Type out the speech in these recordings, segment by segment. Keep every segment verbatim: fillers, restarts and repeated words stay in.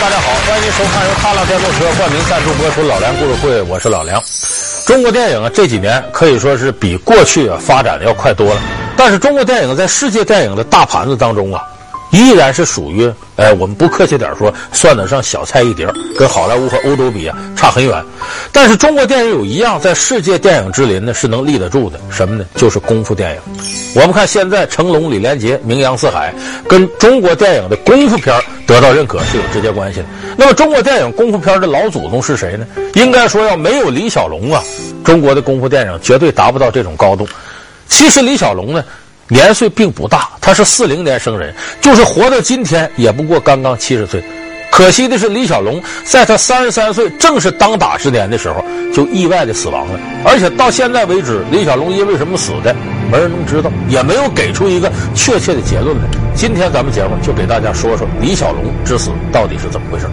大家好，欢迎您收看由踏浪电动车冠名赞助播出老梁故事会，我是老梁。中国电影啊这几年可以说是比过去啊发展的要快多了，但是中国电影在世界电影的大盘子当中啊依然是属于哎我们不客气点说算得上小菜一碟，跟好莱坞和欧洲比啊差很远。但是中国电影有一样在世界电影之林呢是能立得住的，什么呢？就是功夫电影。我们看现在成龙、李连杰名扬四海，跟中国电影的功夫片得到认可是有直接关系的。那么中国电影功夫片的老祖宗是谁呢？应该说要没有李小龙啊，中国的功夫电影绝对达不到这种高度。其实李小龙呢年岁并不大，他是四零年生人，就是活到今天也不过刚刚七十岁。可惜的是，李小龙在他三十三岁正是当打之年的时候就意外的死亡了，而且到现在为止，李小龙因为什么死的没人能知道，也没有给出一个确切的结论来。今天咱们节目就给大家说说李小龙之死到底是怎么回事。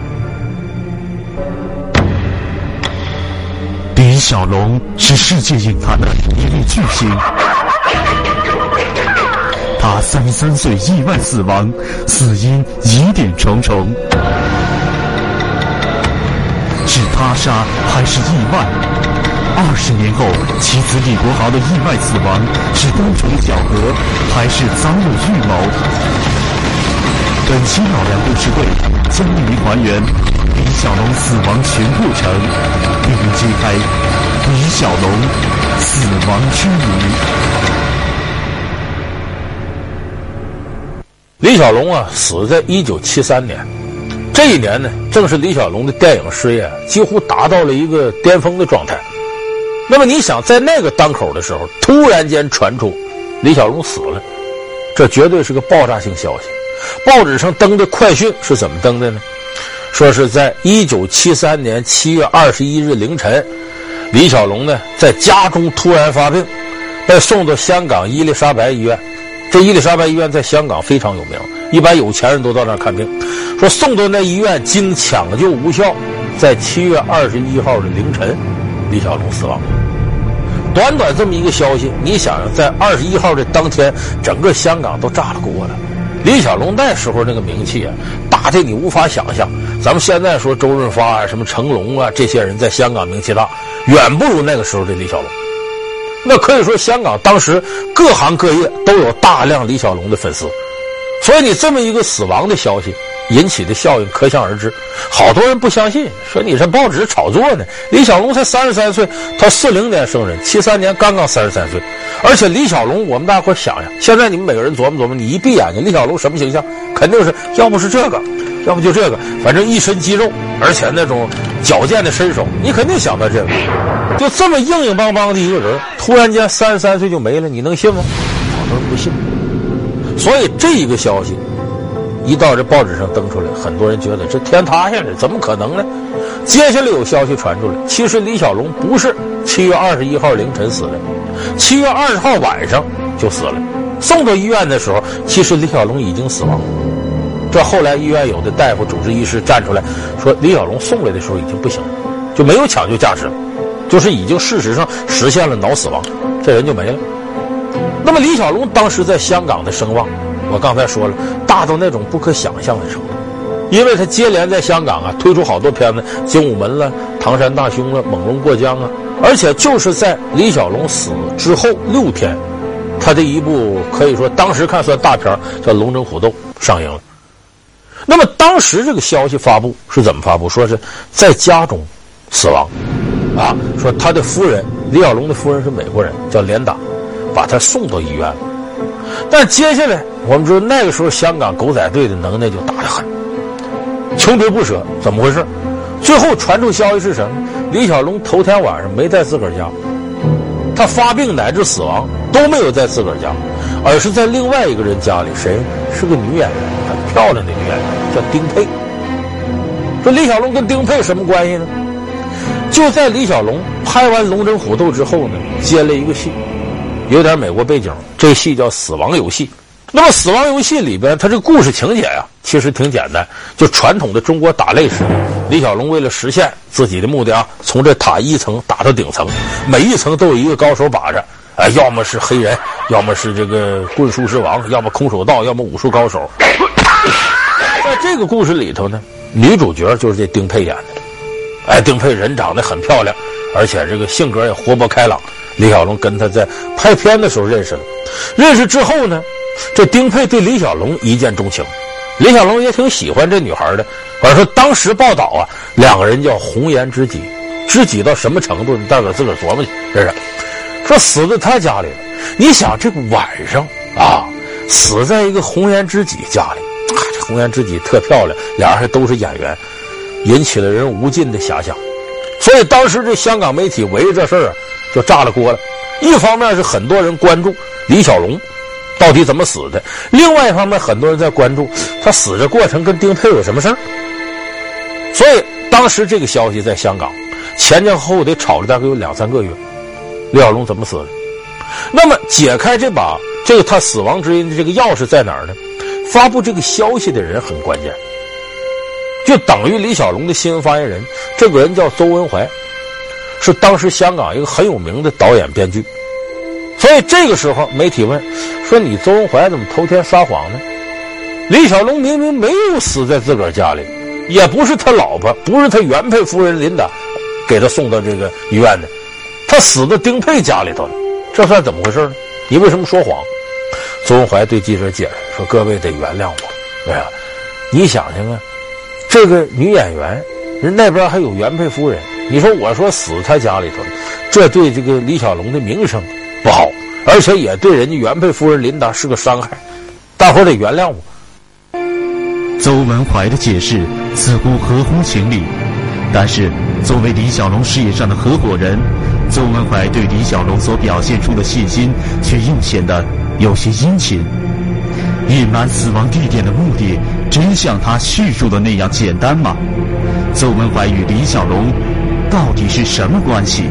李小龙是世界影坛的一位巨星，他三十三岁意外死亡，死因疑点重重，是他杀还是意外？二十年后，妻子李国豪的意外死亡是单纯巧合，还是早有预谋？本期老梁故事会将为您还原李小龙死亡全过程，并揭开李小龙死亡之谜。 李小龙啊，死在一九七三年，这一年呢，正是李小龙的电影事业几乎达到了一个巅峰的状态。那么你想，在那个当口的时候，突然间传出李小龙死了，这绝对是个爆炸性消息。报纸上登的快讯是怎么登的呢？说是在一九七三年七月二十一日凌晨，李小龙呢在家中突然发病，被送到香港伊丽莎白医院。这伊丽莎白医院在香港非常有名，一般有钱人都到那儿看病。说送到那医院经抢救无效，在七月二十一号的凌晨，李小龙死亡。短短这么一个消息，你想想，在二十一号的当天，整个香港都炸了锅了。李小龙那时候那个名气啊，大的你无法想象。咱们现在说周润发啊、什么成龙啊，这些人在香港名气大，远不如那个时候的李小龙。那可以说香港当时各行各业都有大量李小龙的粉丝，所以你这么一个死亡的消息引起的效应可想而知。好多人不相信，说你这报纸炒作呢。李小龙才三十三岁，他四零年生人，七三年刚刚三十三岁。而且李小龙，我们大伙想想，现在你们每个人琢磨琢磨，你一闭眼睛，李小龙什么形象？肯定是要不是这个，要不就这个，反正一身肌肉，而且那种矫健的身手，你肯定想到这个。就这么硬硬邦邦的一个人，突然间三十三岁就没了，你能信吗？好多人不信。所以这一个消息一到这报纸上登出来，很多人觉得这天塌下来，怎么可能呢？接下来有消息传出来，其实李小龙不是七月二十一号凌晨死的，七月二十号晚上就死了。送到医院的时候，其实李小龙已经死亡。这后来医院有的大夫、主治医师站出来说，李小龙送来的时候已经不行了，就没有抢救价值了，就是已经事实上实现了脑死亡，这人就没了。那么李小龙当时在香港的声望，我刚才说了，大到那种不可想象的程度。因为他接连在香港啊推出好多片子，精武门了、唐山大兄了、猛龙过江啊，而且就是在李小龙死之后六天，他的一部可以说当时看算大片叫《龙争虎斗》上映了。那么当时这个消息发布是怎么发布？说是在家中死亡啊，说他的夫人，李小龙的夫人是美国人，叫连达，把他送到医院了。但接下来我们知道那个时候香港狗仔队的能耐就大得很，穷追不舍，怎么回事？最后传出消息是什么？李小龙头天晚上没在自个儿家，他发病乃至死亡都没有在自个儿家，而是在另外一个人家里。谁？是个女演员，很漂亮的女演员，叫丁佩。说李小龙跟丁佩什么关系呢？就在李小龙拍完《龙争虎斗》之后呢，接了一个戏，有点美国背景，这戏叫《死亡游戏》。那么《死亡游戏》里边，它这个故事情节呀、啊，其实挺简单，就传统的中国打擂时，李小龙为了实现自己的目的啊，从这塔一层打到顶层，每一层都有一个高手把着，哎，要么是黑人，要么是这个棍术之王，要么空手道，要么武术高手。 在这个故事里头呢，女主角就是这丁佩演的。哎，丁佩人长得很漂亮，而且这个性格也活泼开朗。李小龙跟她在拍片的时候认识了，认识之后呢，这丁佩对李小龙一见钟情，李小龙也挺喜欢这女孩的。反正说当时报道啊，两个人叫红颜知己，知己到什么程度？你大伙自个儿琢磨去，这是。说死在他家里了，你想这个晚上啊，死在一个红颜知己家里啊，这红颜知己特漂亮，俩人还都是演员，引起了人无尽的遐想。所以当时这香港媒体围着这事儿啊，就炸了锅了。一方面是很多人关注李小龙到底怎么死的，另外一方面很多人在关注他死的过程跟丁佩有什么事儿。所以当时这个消息在香港前前后后得吵了大概有两三个月，李小龙怎么死的？那么解开这把这个他死亡之因的这个钥匙在哪儿呢？发布这个消息的人很关键，就等于李小龙的新闻发言人，这个人叫邹文怀，是当时香港一个很有名的导演编剧。所以这个时候媒体问说，你邹文怀怎么头天撒谎呢？李小龙明明没有死在自个儿家里，也不是他老婆，不是他原配夫人琳达给他送到这个医院的，他死在丁佩家里头了，这算怎么回事呢？你为什么说谎？邹文怀对记者解释说，各位得原谅我，哎呀，你想想啊，这个女演员人那边还有原配夫人，你说我说死他家里头，这对这个李小龙的名声不好，而且也对人家原配夫人琳达是个伤害，大伙儿得原谅我。 邹文怀的解释似乎合乎情理，但是作为李小龙事业上的合伙人，邹文怀对李小龙所表现出的信心却又显得有些殷勤。隐瞒死亡地点的目的真像他叙述的那样简单吗？邹文怀与李小龙到底是什么关系？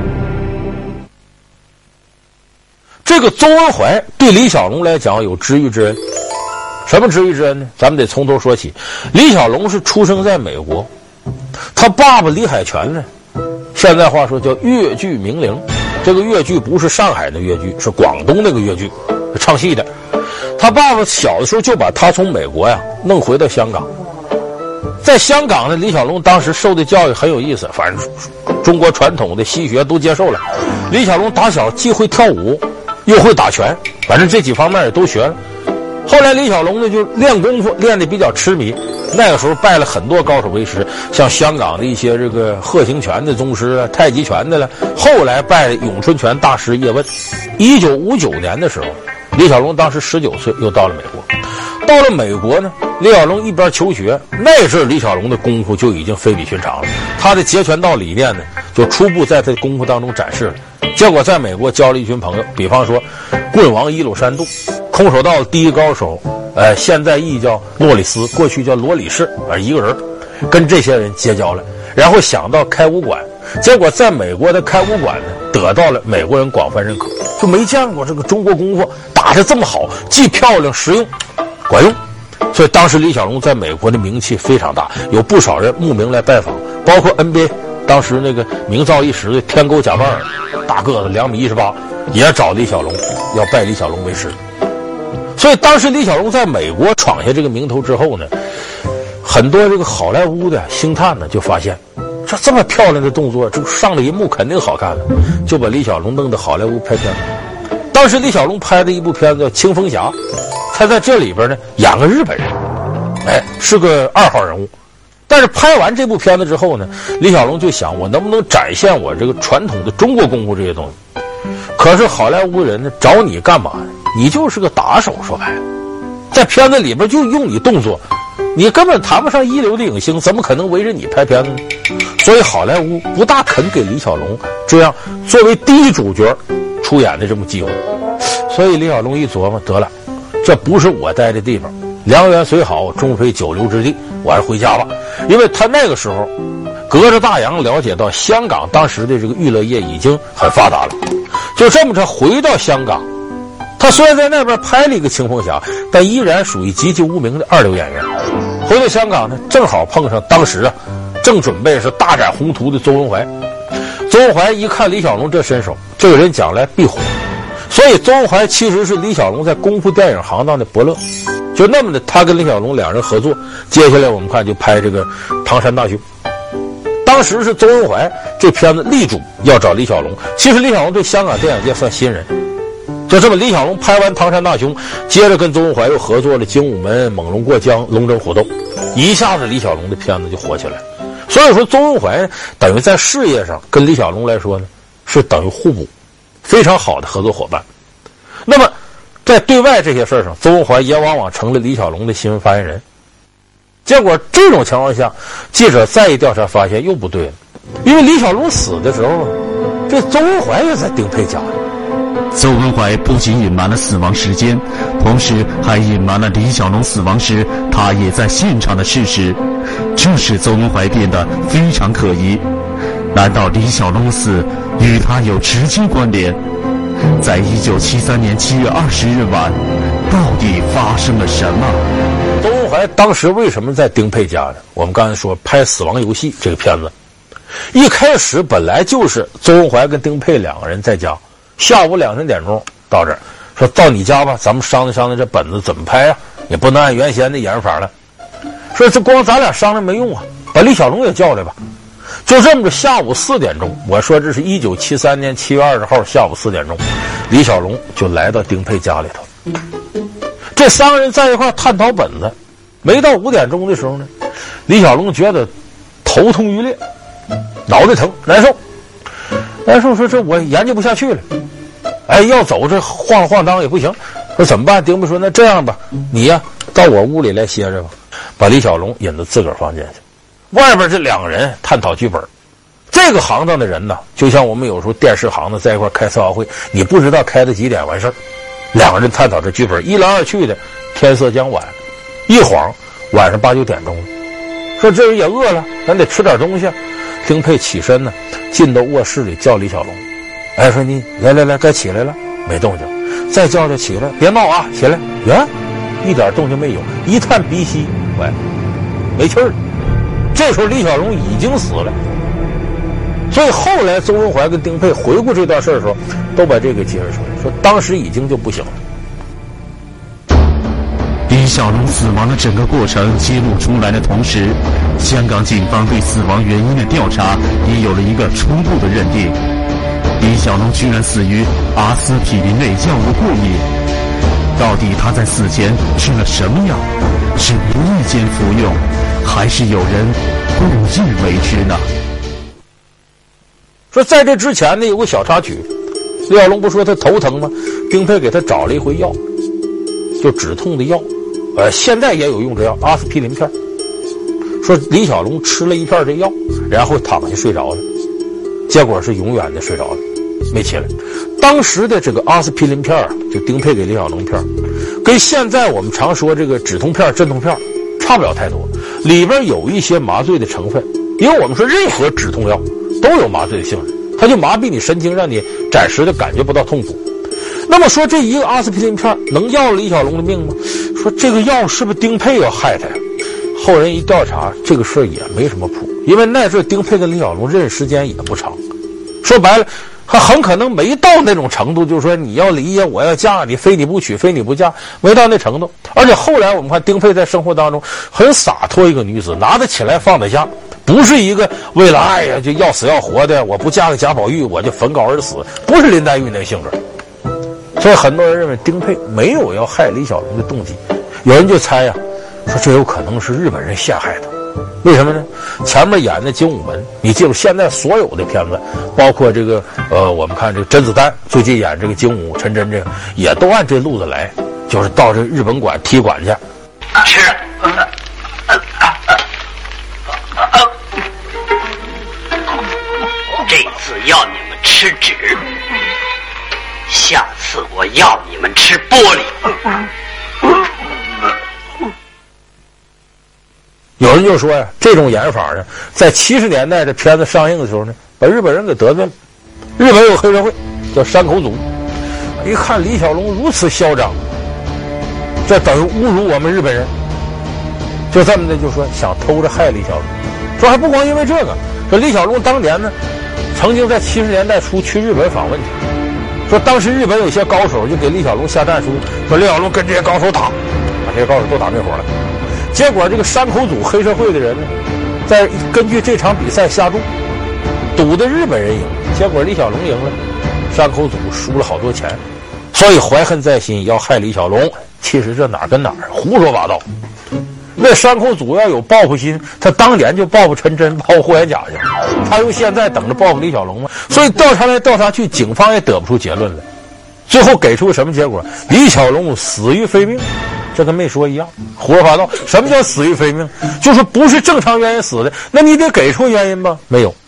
这个邹文怀对李小龙来讲有知遇之恩。什么知遇之恩呢？咱们得从头说起。李小龙是出生在美国，他爸爸李海泉呢，现在话说叫粤剧名伶。这个粤剧不是上海的粤剧，是广东那个粤剧，唱戏的。他爸爸小的时候就把他从美国呀弄回到香港。在香港呢，李小龙当时受的教育很有意思，反正中国传统的西学都接受了。李小龙打小既会跳舞，又会打拳，反正这几方面也都学了。后来李小龙呢就练功夫练得比较痴迷，那个时候拜了很多高手为师，像香港的一些这个鹤形拳的宗师啊，太极拳的了，后来拜了咏春拳大师叶问。一九五九年的时候，李小龙当时十九岁，又到了美国。到了美国呢，李小龙一边求学，那阵儿李小龙的功夫就已经非比寻常了，他的截拳道理念呢就初步在他的功夫当中展示了。结果在美国交了一群朋友，比方说棍王伊鲁山度，空手道第一高手，呃，现在译叫诺里斯，过去叫罗里士，啊，一个人跟这些人结交了，然后想到开武馆，结果在美国的开武馆呢，得到了美国人广泛认可，就没见过这个中国功夫打得这么好，既漂亮实用，管用。所以当时李小龙在美国的名气非常大，有不少人慕名来拜访，包括 N B A 当时那个名噪一时的天勾贾巴尔，大个子两米一十八，也找李小龙要拜李小龙为师。所以当时李小龙在美国闯下这个名头之后呢，很多这个好莱坞的星探呢就发现，这这么漂亮的动作，这上了银幕肯定好看了，就把李小龙弄到好莱坞拍片。当时李小龙拍的一部片子叫《青蜂侠》，他在这里边呢演个日本人，哎，是个二号人物。但是拍完这部片子之后呢，李小龙就想，我能不能展现我这个传统的中国功夫这些东西？可是好莱坞人呢找你干嘛呢？你就是个打手，说白了，在片子里边就用你动作，你根本谈不上一流的影星，怎么可能围着你拍片子呢？所以好莱坞不大肯给李小龙这样作为第一主角出演的这么机会。所以李小龙一琢磨，得了，这不是我待的地方，良缘虽好，终非久留之地，我还是回家吧。因为他那个时候隔着大洋了解到香港当时的这个娱乐业已经很发达了，就这么着回到香港。他虽然在那边拍了一个青蜂侠，但依然属于籍籍无名的二流演员。回到香港呢，正好碰上当时啊正准备是大展宏图的邹文怀。邹文怀一看李小龙这身手，这个人将来必火，所以邹文怀其实是李小龙在功夫电影行当的伯乐， 就那么的，他跟李小龙两人合作，接下来我们看就拍这个《唐山大兄》。当时是周文怀这片子力主要找李小龙，其实李小龙对香港电影界算新人。就这么，李小龙拍完《唐山大兄》，接着跟周文怀又合作了《精武门》《猛龙过江》《龙争虎斗》，一下子李小龙的片子就火起来。所以说，周文怀等于在事业上跟李小龙来说呢，是等于互补，非常好的合作伙伴。那么，在对外这些事儿上，周文怀也往往成了李小龙的新闻发言人。结果这种情况下，记者再一调查发现又不对了，因为李小龙死的时候，这周文怀也在丁佩家。 周文怀不仅隐瞒了死亡时间，同时还隐瞒了李小龙死亡时他也在现场的事实，这使周文怀变得非常可疑。难道李小龙死与他有直接关联？在一九七三年七月二十日晚，到底发生了什么？ 周文怀当时为什么在丁佩家呢？我们刚才说拍《死亡游戏》这个片子，一开始本来就是周文怀跟丁佩两个人在家，下午两三点钟到这儿，说到你家吧，咱们商量商量这本子怎么拍啊，也不能按原先的演法了。说这光咱俩商量没用啊，把李小龙也叫来吧。就这么着，下午四点钟，我说这是一九七三年七月二十号下午四点钟，李小龙就来到丁佩家里头。这三个人在一块探讨本子，没到五点钟的时候呢，李小龙觉得头痛欲裂，脑袋疼难受，难受说这我研究不下去了，哎，要走这晃晃荡也不行，说怎么办？丁佩说那这样吧，你呀到我屋里来歇着吧，把李小龙引到自个儿房间去。外边这两个人探讨剧本，这个行当的人呢，就像我们有时候电视行的在一块开策划会，你不知道开到几点完事儿，两个人探讨这剧本，一来二去的，天色将晚，一晃晚上八九点钟了。说这人也饿了，咱得吃点东西。丁佩起身呢，进到卧室里叫李小龙，哎，说你来来来，该起来了，没动静，再叫就起来，别闹啊，起来，呀，一点动静没有，一探鼻息，喂，没气儿。这时候李小龙已经死了，所以后来周文怀跟丁佩回顾这段事的时候，都把这个揭示出来，说当时已经就不行了。 李小龙死亡的整个过程揭露出来的同时，香港警方对死亡原因的调查也有了一个初步的认定：李小龙居然死于阿司匹林类药物过敏。到底他在死前吃了什么药？是无意间服用，还是有人故意为之呢？ 说在这之前呢，有个小插曲，李小龙不说他头疼吗？丁佩给他找了一回药，就止痛的药，呃，现在也有用这药，阿司匹林片。说李小龙吃了一片这药，然后躺下睡着了，结果是永远的睡着了，没起来。当时的这个阿司匹林片，就丁佩给李小龙片，跟现在我们常说这个止痛片、镇痛片差不了太多，里边有一些麻醉的成分，因为我们说任何止痛药都有麻醉的性质，它就麻痹你神经，让你暂时的感觉不到痛苦。那么说这一个阿司匹林片能要了李小龙的命吗？说这个药是不是丁佩要害他呀？后人一调查，这个事儿也没什么谱，因为那阵丁佩跟李小龙认识时间也不长，说白了他很可能没到那种程度，就是说你要离呀，我要嫁你，非你不娶，非你不嫁，没到那程度。而且后来我们看丁佩在生活当中很洒脱一个女子，拿得起来放得下，不是一个为了爱呀就要死要活的，我不嫁给贾宝玉我就焚稿而死，不是林黛玉那个性质。所以很多人认为丁佩没有要害李小龙的动机，有人就猜呀，说这有可能是日本人陷害他。为什么呢？前面演的《精武门》，你记住，现在所有的片子，包括这个呃，我们看这个甄子丹最近演这个精武陈真，这个也都按这路子来，就是到这日本馆踢馆去吃。这次要你们吃纸，下次我要你们吃玻璃。 有人就说呀，这种演法呢，在七十年代这片子上映的时候呢，把日本人给得罪了。日本有黑社会叫山口组，一看李小龙如此嚣张，这等于侮辱我们日本人，就这么的就说想偷着害李小龙。说还不光因为这个，说李小龙当年呢，曾经在七十年代初去日本访问去，说当时日本有些高手就给李小龙下战书，说李小龙跟这些高手打， 把这些高手都打灭火了。结果这个山口组黑社会的人呢，在根据这场比赛下注，赌的日本人赢，结果李小龙赢了，山口组输了好多钱，所以怀恨在心，要害李小龙。其实这哪儿跟哪儿，胡说八道。那山口组要有报复心，他当年就报复陈真，报复霍元甲去了，他用现在等着报复李小龙吗？所以调查来调查去，警方也得不出结论来。最后给出什么结果？李小龙死于非命，这跟没说一样，胡说八道。什么叫死于非命？就是不是正常原因死的，那你得给出原因吧？没有。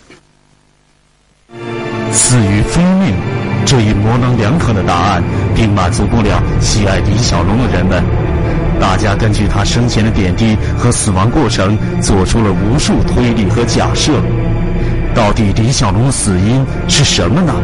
死于非命，这一模棱两可的答案并满足不了喜爱李小龙的人们。大家根据他生前的点滴和死亡过程做出了无数推理和假设。到底李小龙的死因是什么呢？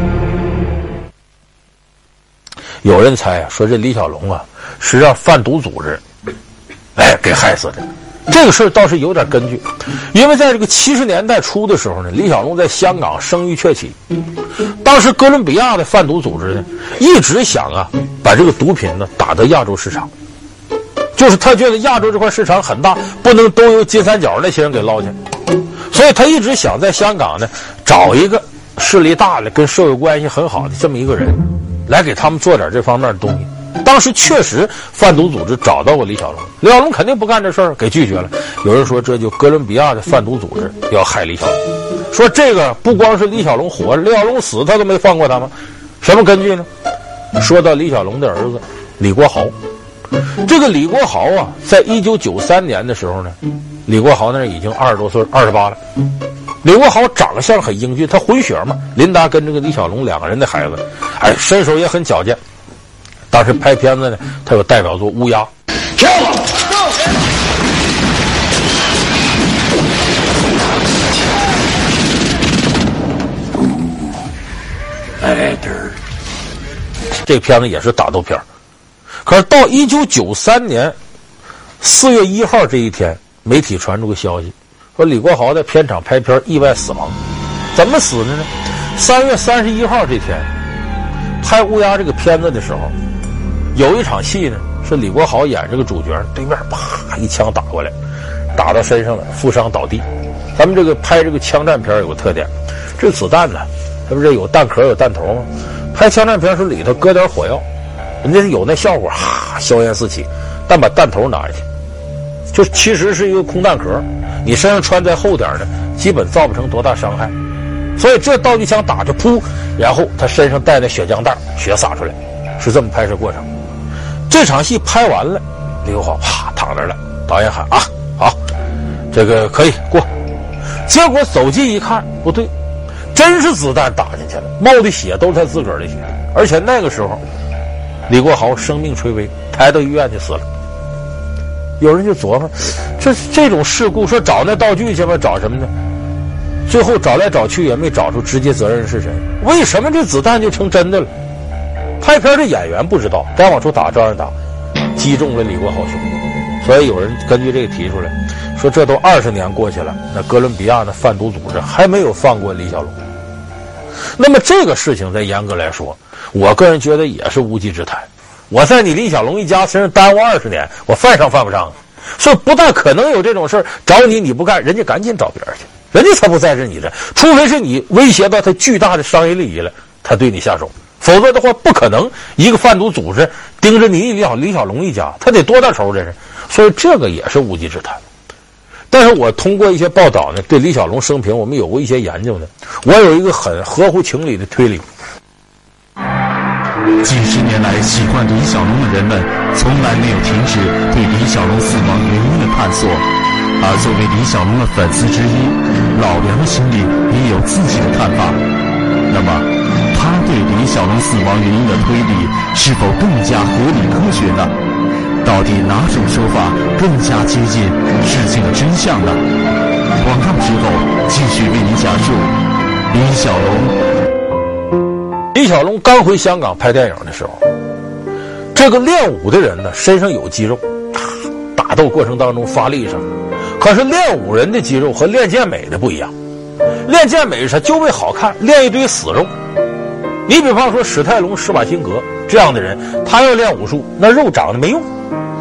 有人猜啊，说这李小龙啊是让贩毒组织哎给害死的。这个事儿倒是有点根据，因为在这个七十年代初的时候呢，李小龙在香港声誉鹊起。当时哥伦比亚的贩毒组织呢，一直想啊把这个毒品呢打到亚洲市场，就是他觉得亚洲这块市场很大，不能都由金三角那些人给捞去，所以他一直想在香港呢找一个势力大的、跟社会关系很好的这么一个人，来给他们做点这方面的东西。当时确实贩毒组织找到过李小龙，李小龙肯定不干这事儿，给拒绝了。有人说这就哥伦比亚的贩毒组织要害李小龙，说这个不光是李小龙活着，李小龙死他都没放过他们。什么根据呢？说到李小龙的儿子李国豪，这个李国豪啊，在一九九三年的时候呢，李国豪那已经二十多岁，二十八了。李国豪长相很英俊，他混血嘛，林达跟这个李小龙两个人的孩子，哎，身手也很矫健。当时拍片子呢，他有代表作《乌鸦》。跳了，哎，这片子也是打斗片。可是到一九九三年四月一号这一天，媒体传出个消息，说李国豪在片场拍片意外死亡。怎么死的呢？三月三十一号这天，拍《乌鸦》这个片子的时候，有一场戏呢，是李国豪演这个主角，对面啪一枪打过来，打到身上了，负伤倒地。咱们这个拍这个枪战片有个特点，这子弹呢，它不是有弹壳有弹头吗？拍枪战片时里头搁点火药，人家有那效果，哈，硝烟四起，但把弹头拿下去，就其实是一个空弹壳，你身上穿再厚点的，基本造不成多大伤害。所以这道具枪打着噗，然后他身上带那血浆弹，血洒出来，是这么拍摄过程。这场戏拍完了，李国豪啪躺那儿了，导演喊啊，好，这个可以过。结果走近一看，不对，真是子弹打进去了，冒的血都是他自个儿的血，而且那个时候李国豪生命垂危，抬到医院去死了。有人就琢磨，这这种事故说找那道具去吧，找什么呢？最后找来找去也没找出直接责任是谁。为什么这子弹就成真的了？拍片的演员不知道，该往出打照样打，击中了李国豪兄弟。所以有人根据这个提出来，说这都二十年过去了，那哥伦比亚的贩毒组织还没有放过李小龙。那么这个事情在严格来说，我个人觉得也是无稽之谈。我在你李小龙一家身上耽误二十年，我犯上犯不上？所以不但可能有这种事儿，找你你不干，人家赶紧找别人去，人家才不在意你这，除非是你威胁到他巨大的商业利益了，他对你下手。否则的话，不可能一个贩毒组织盯着你李小李小龙一家，他得多大仇这是？所以这个也是无稽之谈。但是我通过一些报道呢，对李小龙生平我们有过一些研究呢，我有一个很合乎情理的推理。 几十年来，喜欢李小龙的人们从来没有停止对李小龙死亡原因的探索，而作为李小龙的粉丝之一，老梁的心里也有自己的看法。那么他对李小龙死亡原因的推理是否更加合理科学呢？到底哪种说法更加接近事情的真相呢？广告之后继续为您讲述李小龙。 李小龙刚回香港拍电影的时候，这个练武的人呢身上有肌肉，打斗过程当中发力上，可是练武人的肌肉和练健美的不一样。练健美是就为好看，练一堆死肉。你比方说史泰龙、施瓦辛格这样的人，他要练武术，那肉长得没用，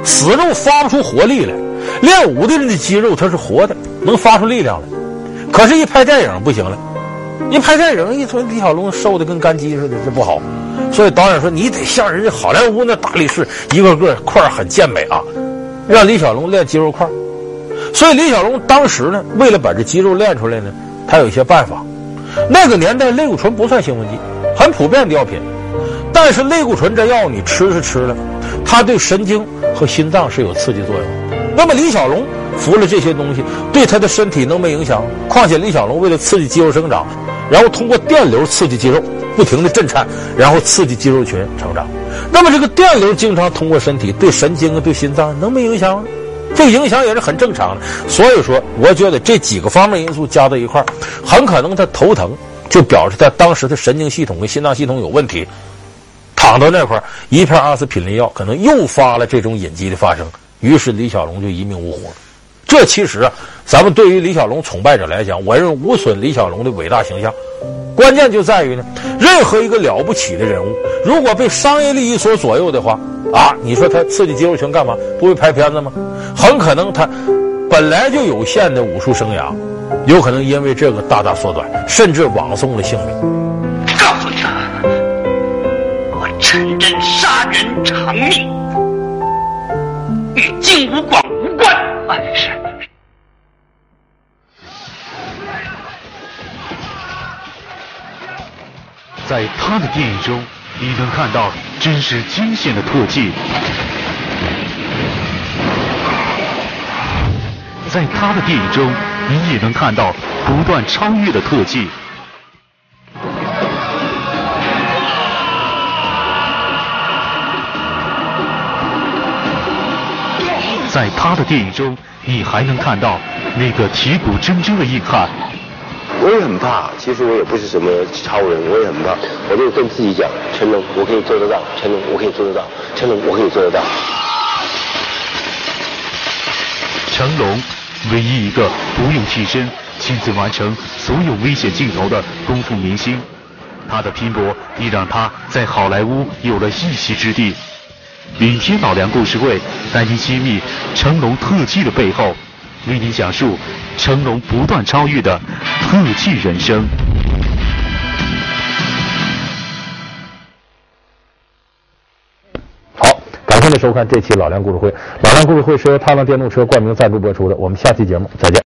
死肉发不出活力来，练武的人的肌肉它是活的，能发出力量来。可是，一拍电影不行了，一拍电影一说李小龙瘦的跟干鸡似的，这不好。所以导演说，你得像人家好莱坞那大力士，一个个块很健美啊，让李小龙练肌肉块。所以李小龙当时呢，为了把这肌肉练出来呢，他有一些办法。那个年代类固醇不算兴奋剂，很普遍的药品，但是类固醇这药你吃是吃了，它对神经和心脏是有刺激作用。那么李小龙服了这些东西，对他的身体能没影响？况且李小龙为了刺激肌肉生长，然后通过电流刺激肌肉，不停的震颤，然后刺激肌肉群成长。那么这个电流经常通过身体，对神经啊、对心脏能没影响？这个影响也是很正常的。所以说，我觉得这几个方面因素加在一块儿，很可能他头疼，就表示他当时的神经系统跟心脏系统有问题。躺到那块儿，一片阿司匹林药可能诱发了这种隐疾的发生，于是李小龙就一命呜呼了。这其实啊，咱们对于李小龙崇拜者来讲，我认为无损李小龙的伟大形象。关键就在于呢，任何一个了不起的人物，如果被商业利益所左右的话，啊，你说他刺激肌肉群干嘛？不会拍片子吗？很可能他本来就有限的武术生涯，有可能因为这个大大缩短，甚至枉送了性命。 告诉你他，我陈真杀人偿命，与金武广无关。哎，是。 在他的电影中，你能看到真实惊险的特技；在他的电影中，你也能看到不断超越的特技。在他的电影中，你还能看到那个铁骨铮铮的硬汉。 我也很怕，其实我也不是什么超人，我也很怕，我就跟自己讲，成龙我可以做得到，成龙我可以做得到，成龙我可以做得到。 成龙，唯一一个不用替身亲自完成所有危险镜头的功夫明星，他的拼搏亦让他在好莱坞有了一席之地。明天老梁故事会带您揭秘成龙特技的背后，为您讲述成龙不断超越的特技人生。 好，感谢您收看这期老梁故事会。老梁故事会是由踏浪电动车冠名赞助播出的，我们下期节目再见。